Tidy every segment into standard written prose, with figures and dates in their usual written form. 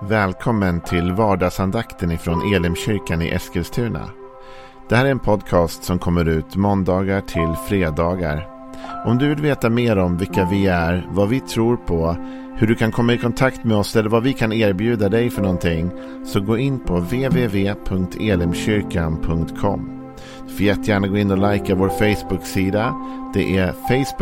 Välkommen till vardagsandakten ifrån Elimkyrkan i Eskilstuna. Det här är en podcast som kommer ut måndagar till fredagar. Om du vill veta mer om vilka vi är, vad vi tror på, hur du kan komma i kontakt med oss eller vad vi kan erbjuda dig för någonting, så gå in på www.elimkyrkan.com. Du får jättegärna gå in och likea vår Facebook-sida. Det är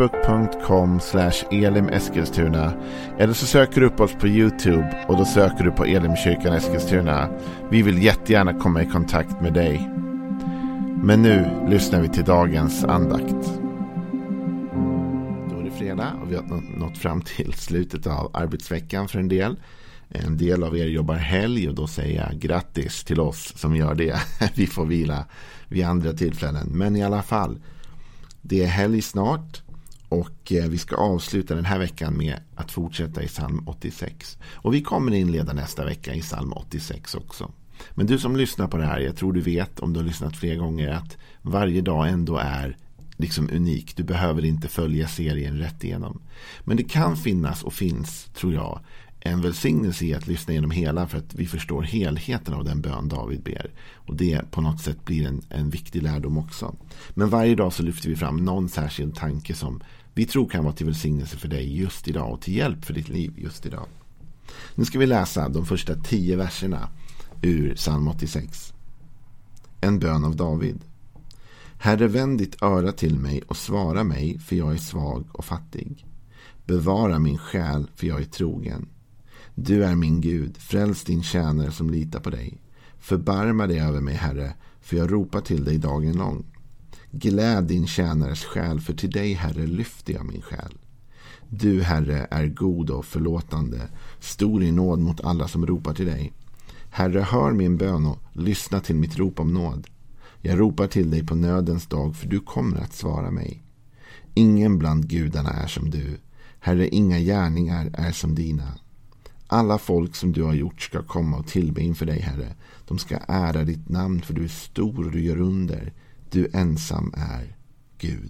facebook.com/elimeskilstuna. Eller så söker du upp oss på YouTube och då söker du på Elimkyrkan Eskilstuna. Vi vill jättegärna komma i kontakt med dig. Men nu lyssnar vi till dagens andakt. Då är det fredag och vi har nått fram till slutet av arbetsveckan för en del. En del av er jobbar helg och då säger jag grattis till oss som gör det. Vi får vila vid andra tillfällen. Men i alla fall, det är helg snart och vi ska avsluta den här veckan med att fortsätta i psalm 86. Och vi kommer inleda nästa vecka i psalm 86 också. Men du som lyssnar på det här, jag tror du vet om du har lyssnat flera gånger att varje dag ändå är liksom unik. Du behöver inte följa serien rätt igenom. Men det kan finnas och finns, tror jag, en välsignelse i att lyssna igenom hela för att vi förstår helheten av den bön David ber. Och det på något sätt blir en viktig lärdom också. Men varje dag så lyfter vi fram någon särskild tanke som vi tror kan vara till välsignelse för dig just idag och till hjälp för ditt liv just idag. Nu ska vi läsa de första 10 verserna ur psalm 86. En bön av David. Herre, vänd ditt öra till mig och svara mig, för jag är svag och fattig. Bevara min själ, för jag är trogen. Du är min Gud, fräls din tjänare som litar på dig. Förbarma dig över mig, Herre, för jag ropar till dig dagen lång. Gläd din tjänares själ, för till dig, Herre, lyfter jag min själ. Du, Herre, är god och förlåtande, stor i nåd mot alla som ropar till dig. Herre, hör min bön och lyssna till mitt rop om nåd. Jag ropar till dig på nödens dag, för du kommer att svara mig. Ingen bland gudarna är som du. Herre, inga gärningar är som dina. Alla folk som du har gjort ska komma och tillbe inför dig, Herre. De ska ära ditt namn, för du är stor och du gör under. Du ensam är Gud.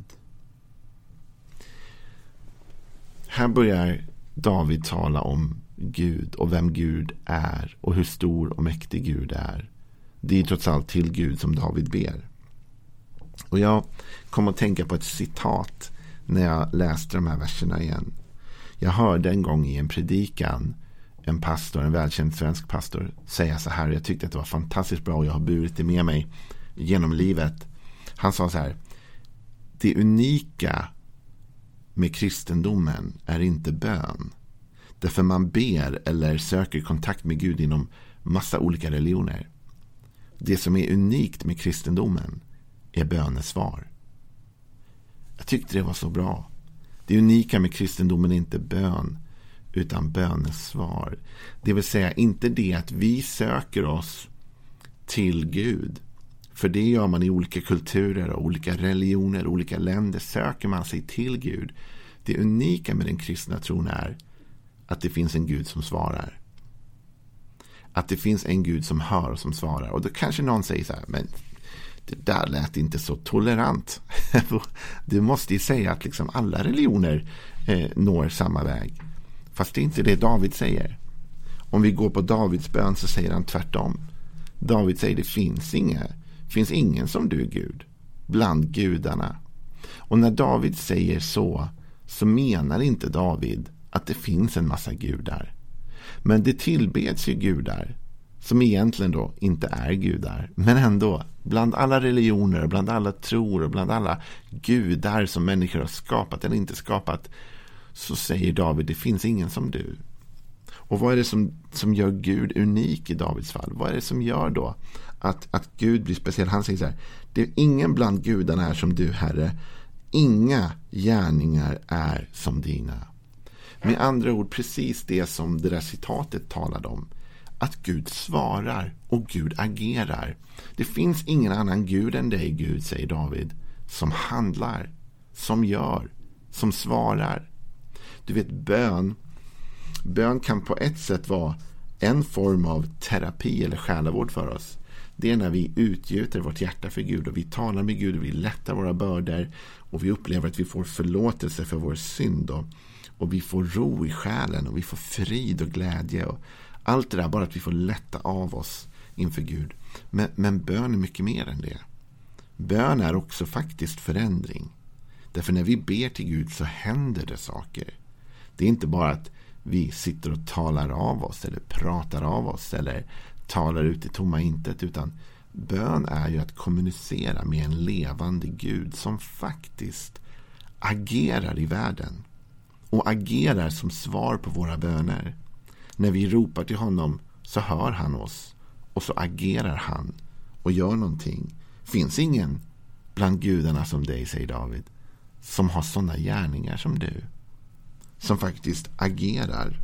Här börjar David tala om Gud och vem Gud är och hur stor och mäktig Gud är. Det är trots allt till Gud som David ber. Och jag kom att tänka på ett citat när jag läste de här verserna igen. Jag hörde en gång i en predikan en pastor, en välkänd svensk pastor, säga så här. Jag tyckte att det var fantastiskt bra och jag har burit det med mig genom livet. Han sa så här: det unika med kristendomen är inte bön. Därför man ber eller söker kontakt med Gud inom massa olika religioner. Det som är unikt med kristendomen är bönesvar. Jag tyckte det var så bra. Det unika med kristendomen är inte bön utan bönesvar. Det vill säga inte det att vi söker oss till Gud. För det gör man i olika kulturer och olika religioner och olika länder söker man sig till Gud. Det unika med den kristna tron är att det finns en Gud som svarar. Att det finns en Gud som hör och som svarar. Och då kanske någon säger så här: men det där lät inte så tolerant. Du måste ju säga att liksom alla religioner når samma väg. Fast det är inte det David säger. Om vi går på Davids bön så säger han tvärtom. David säger: det finns ingen som du, Gud, bland gudarna. Och när David säger så menar inte David att det finns en massa gudar. Men det tillbeds ju gudar som egentligen då inte är gudar. Men ändå, bland alla religioner, bland alla tror och bland alla gudar som människor har skapat eller inte skapat, så säger David: det finns ingen som du. Och vad är det som gör Gud unik i Davids fall? Vad är det som gör då att Gud blir speciell? Han säger så här: det är ingen bland gudarna är som du, Herre. Inga gärningar är som dina. Med andra ord precis det som det där citatet talade om. Att Gud svarar och Gud agerar. Det finns ingen annan Gud än dig, Gud, säger David, som handlar, som gör, som svarar. Du vet, bön kan på ett sätt vara en form av terapi eller själavård för oss. Det är när vi utgjuter vårt hjärta för Gud och vi talar med Gud och vi lättar våra bördor och vi upplever att vi får förlåtelse för vår synd och vi får ro i själen och vi får frid och glädje och Allt det där, bara att vi får lätta av oss inför Gud. Men bön är mycket mer än det. Bön är också faktiskt förändring. Därför när vi ber till Gud så händer det saker. Det är inte bara att vi sitter och talar av oss eller pratar av oss eller talar ut i tomma intet, utan bön är ju att kommunicera med en levande Gud som faktiskt agerar i världen och agerar som svar på våra böner. När vi ropar till honom så hör han oss och så agerar han och gör någonting. Finns ingen bland gudarna som dig, säger David, som har sådana gärningar som du, som faktiskt agerar.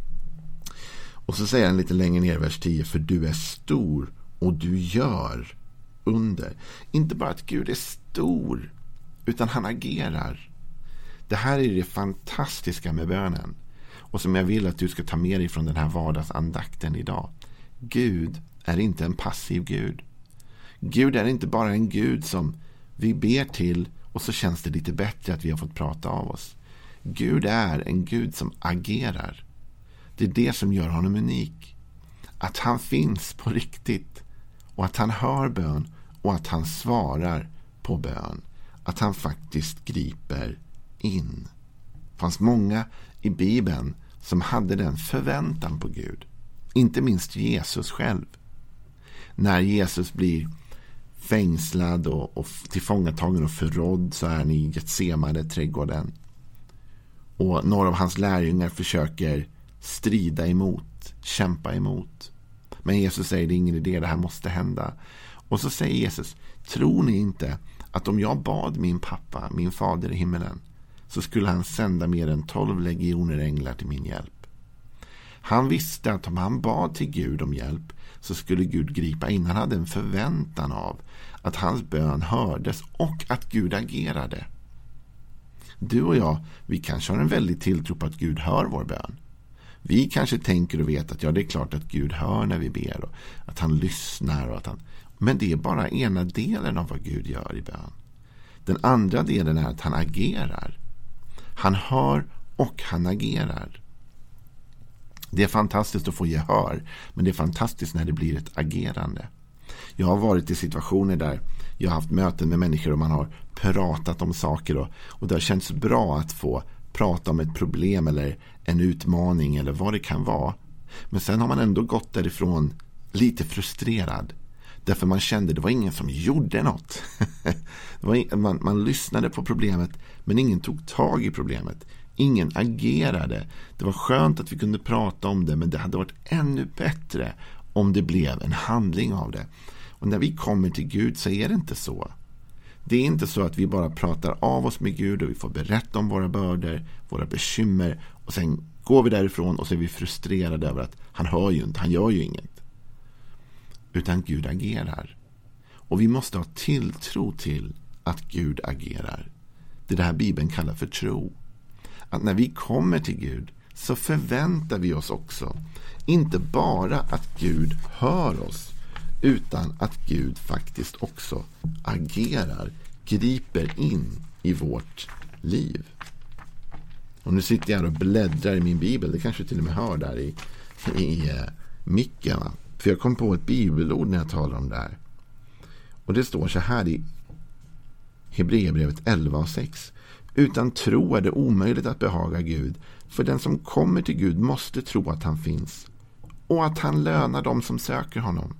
Och så säger han lite längre ner i vers 10, för du är stor och du gör under. Inte bara att Gud är stor, utan han agerar. Det här är det fantastiska med bönen, och som jag vill att du ska ta med dig från den här vardagsandakten idag. Gud är inte en passiv Gud. Gud är inte bara en Gud som vi ber till och så känns det lite bättre att vi har fått prata av oss. Gud är en Gud som agerar. Det är det som gör honom unik. Att han finns på riktigt och att han hör bön och att han svarar på bön. Att han faktiskt griper in. Det fanns många i Bibeln som hade den förväntan på Gud. Inte minst Jesus själv. När Jesus blir fängslad och tillfångatagen och förrådd så är han i Getsemane trädgården. Och några av hans lärjungar försöker strida emot, kämpa emot. Men Jesus säger, det är ingen idé, det här måste hända. Och så säger Jesus, tror ni inte att om jag bad min pappa, min fader i himmelen, så skulle han sända mer än 12 legioner änglar till min hjälp? Han visste att om han bad till Gud om hjälp så skulle Gud gripa in. Han hade en förväntan av att hans bön hördes och att Gud agerade. Du och jag, vi kanske har en väldigt tilltro på att Gud hör vår bön. Vi kanske tänker och vet att det är klart att Gud hör när vi ber och att han lyssnar och att han... Men det är bara ena delen av vad Gud gör i bön. Den andra delen är att han agerar. Han hör och han agerar. Det är fantastiskt att få gehör, men det är fantastiskt när det blir ett agerande. Jag har varit i situationer där jag har haft möten med människor och man har pratat om saker och det har känts bra att få prata om ett problem eller en utmaning eller vad det kan vara. Men sen har man ändå gått därifrån lite frustrerad. Därför man kände det var ingen som gjorde något. Man lyssnade på problemet men ingen tog tag i problemet. Ingen agerade. Det var skönt att vi kunde prata om det, men det hade varit ännu bättre om det blev en handling av det. Och när vi kommer till Gud så är det inte så. Det är inte så att vi bara pratar av oss med Gud och vi får berätta om våra bördor, våra bekymmer och sen går vi därifrån och så är vi frustrerade över att han hör ju inte, han gör ju inget. Utan Gud agerar. Och vi måste ha tilltro till att Gud agerar. Det är det här Bibeln kallar för tro. Att när vi kommer till Gud så förväntar vi oss också inte bara att Gud hör oss, utan att Gud faktiskt också agerar, griper in i vårt liv. Och nu sitter jag här och bläddrar i min bibel. Det kanske till och med hör där i micken. För jag kom på ett bibelord när jag talar om det här. Och det står så här i Hebreerbrevet 11:6. Utan tro är det omöjligt att behaga Gud. För den som kommer till Gud måste tro att han finns. Och att han lönar dem som söker honom.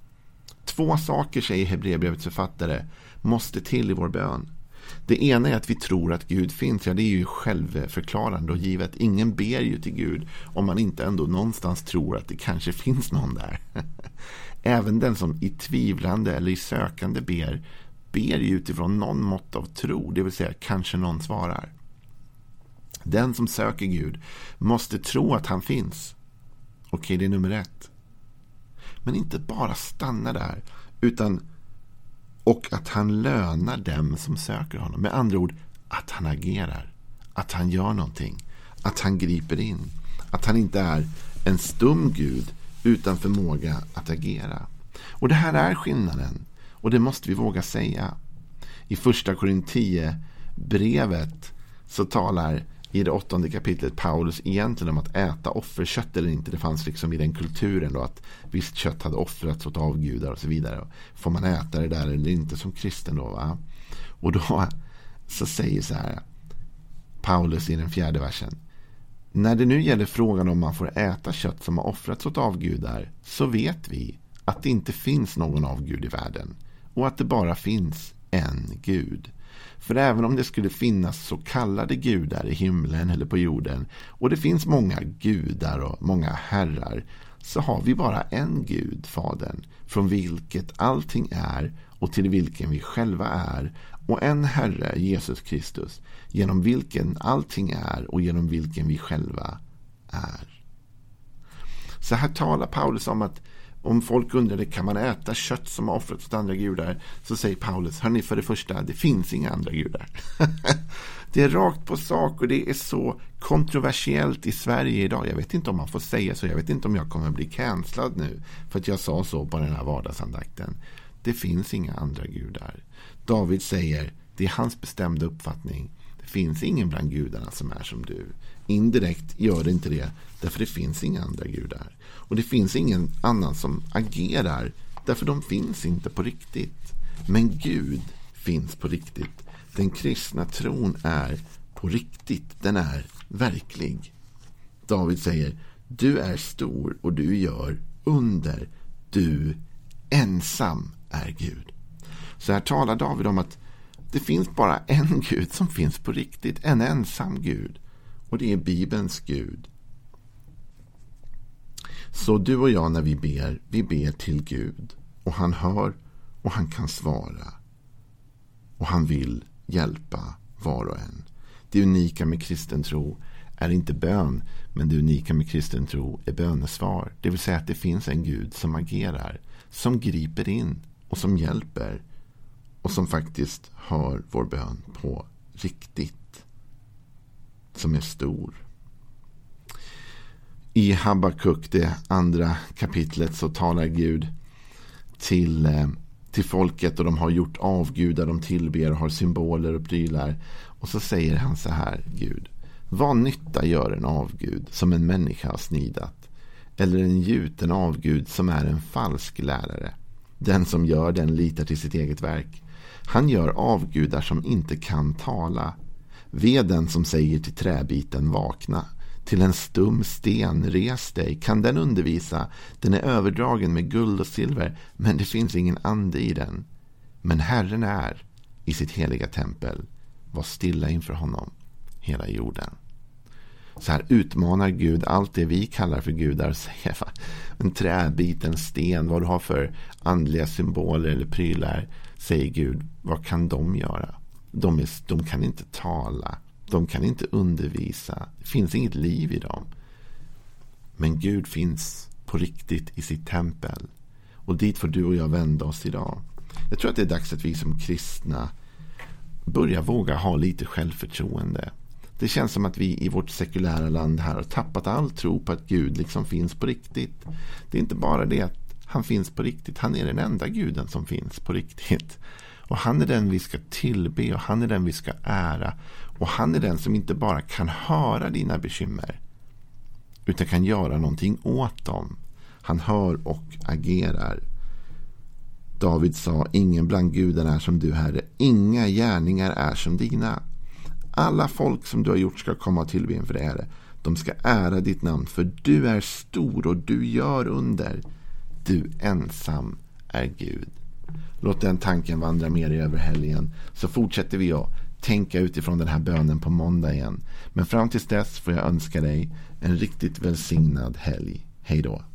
2 saker, säger Hebreerbrevets författare, måste till i vår bön. Det ena är att vi tror att Gud finns. Ja, det är ju självförklarande och givet. Ingen ber ju till Gud om man inte ändå någonstans tror att det kanske finns någon där. Även den som i tvivlande eller i sökande ber ju utifrån någon mått av tro. Det vill säga kanske någon svarar. Den som söker Gud måste tro att han finns. Okej, det är nummer 1. Men inte bara stanna där, utan och att han lönar dem som söker honom. Med andra ord, att han agerar, att han gör någonting, att han griper in, att han inte är en stum Gud utan förmåga att agera. Och det här är skillnaden, och det måste vi våga säga. I 1 Korinthierbrevet så talar i det 8:e kapitlet Paulus egentligen om att äta offerkött eller inte. Det fanns liksom i den kulturen då att visst kött hade offrats åt avgudar och så vidare. Får man äta det där eller inte som kristen då, va? Och då så säger så här Paulus i den 4:e versen: när det nu gäller frågan om man får äta kött som har offrats åt avgudar, så vet vi att det inte finns någon avgud i världen och att det bara finns en Gud. För även om det skulle finnas så kallade gudar i himlen eller på jorden, och det finns många gudar och många herrar, så har vi bara en Gud, Fadern, från vilket allting är och till vilken vi själva är, och en Herre, Jesus Kristus, genom vilken allting är och genom vilken vi själva är. Så här talar Paulus om att om folk undrade, kan man äta kött som har offrats åt andra gudar, så säger Paulus, hörni, för det första, det finns inga andra gudar. Det är rakt på sak, och det är så kontroversiellt i Sverige idag. Jag vet inte om man får säga så, jag vet inte om jag kommer bli cancellad nu för att jag sa så på den här vardagsandakten. Det finns inga andra gudar. David säger, det är hans bestämda uppfattning, det finns ingen bland gudarna som är som du. Indirekt gör det inte det, därför det finns inga andra gudar. Och det finns ingen annan som agerar, därför de finns inte på riktigt. Men Gud finns på riktigt. Den kristna tron är på riktigt, den är verklig. David säger, du är stor och du gör under, du ensam är Gud. Så här talar David om att det finns bara en Gud som finns på riktigt, en ensam Gud. Och det är Bibelns Gud. Så du och jag, när vi ber till Gud. Och han hör och han kan svara. Och han vill hjälpa var och en. Det unika med kristen tro är inte bön, men det unika med kristen tro är bönesvar. Det vill säga att det finns en Gud som agerar, som griper in och som hjälper. Och som faktiskt hör vår bön på riktigt. Som är stor. I Habakuk, det 2:a kapitlet, så talar Gud till folket, och de har gjort avgudar, de tillber och har symboler och prylar. Och så säger han så här, Gud: vad nytta gör en avgud som en människa har snidat, eller en gjuten avgud som är en falsk lärare? Den som gör den litar till sitt eget verk. Han gör avgudar som inte kan tala. Ve den som säger till träbiten, vakna, till en stum sten, res dig. Kan den undervisa? Den är överdragen med guld och silver, men det finns ingen ande i den. Men Herren är i sitt heliga tempel. Var stilla inför honom, hela jorden. Så här utmanar Gud allt det vi kallar för gudar. Säger, en träbit, en sten, vad du har för andliga symboler eller prylar, säger Gud, vad kan de göra? De kan inte tala. De kan inte undervisa. Det finns inget liv i dem. Men Gud finns på riktigt i sitt tempel. Och dit får du och jag vända oss idag. Jag tror att det är dags att vi som kristna börjar våga ha lite självförtroende. Det känns som att vi i vårt sekulära land här har tappat all tro på att Gud liksom finns på riktigt. Det är inte bara det att han finns på riktigt. Han är den enda guden som finns på riktigt. Och han är den vi ska tillbe, och han är den vi ska ära. Och han är den som inte bara kan höra dina bekymmer, utan kan göra någonting åt dem. Han hör och agerar. David sa, ingen bland gudarna är som du, Herre. Inga gärningar är som dina. Alla folk som du har gjort ska komma till be inför dig, Herre. De ska ära ditt namn, för du är stor och du gör under. Du ensam är Gud. Låt den tanken vandra mer över helgen, så fortsätter vi att tänka utifrån den här bönen på måndag igen. Men fram tills dess får jag önska dig en riktigt välsignad helg. Hej då!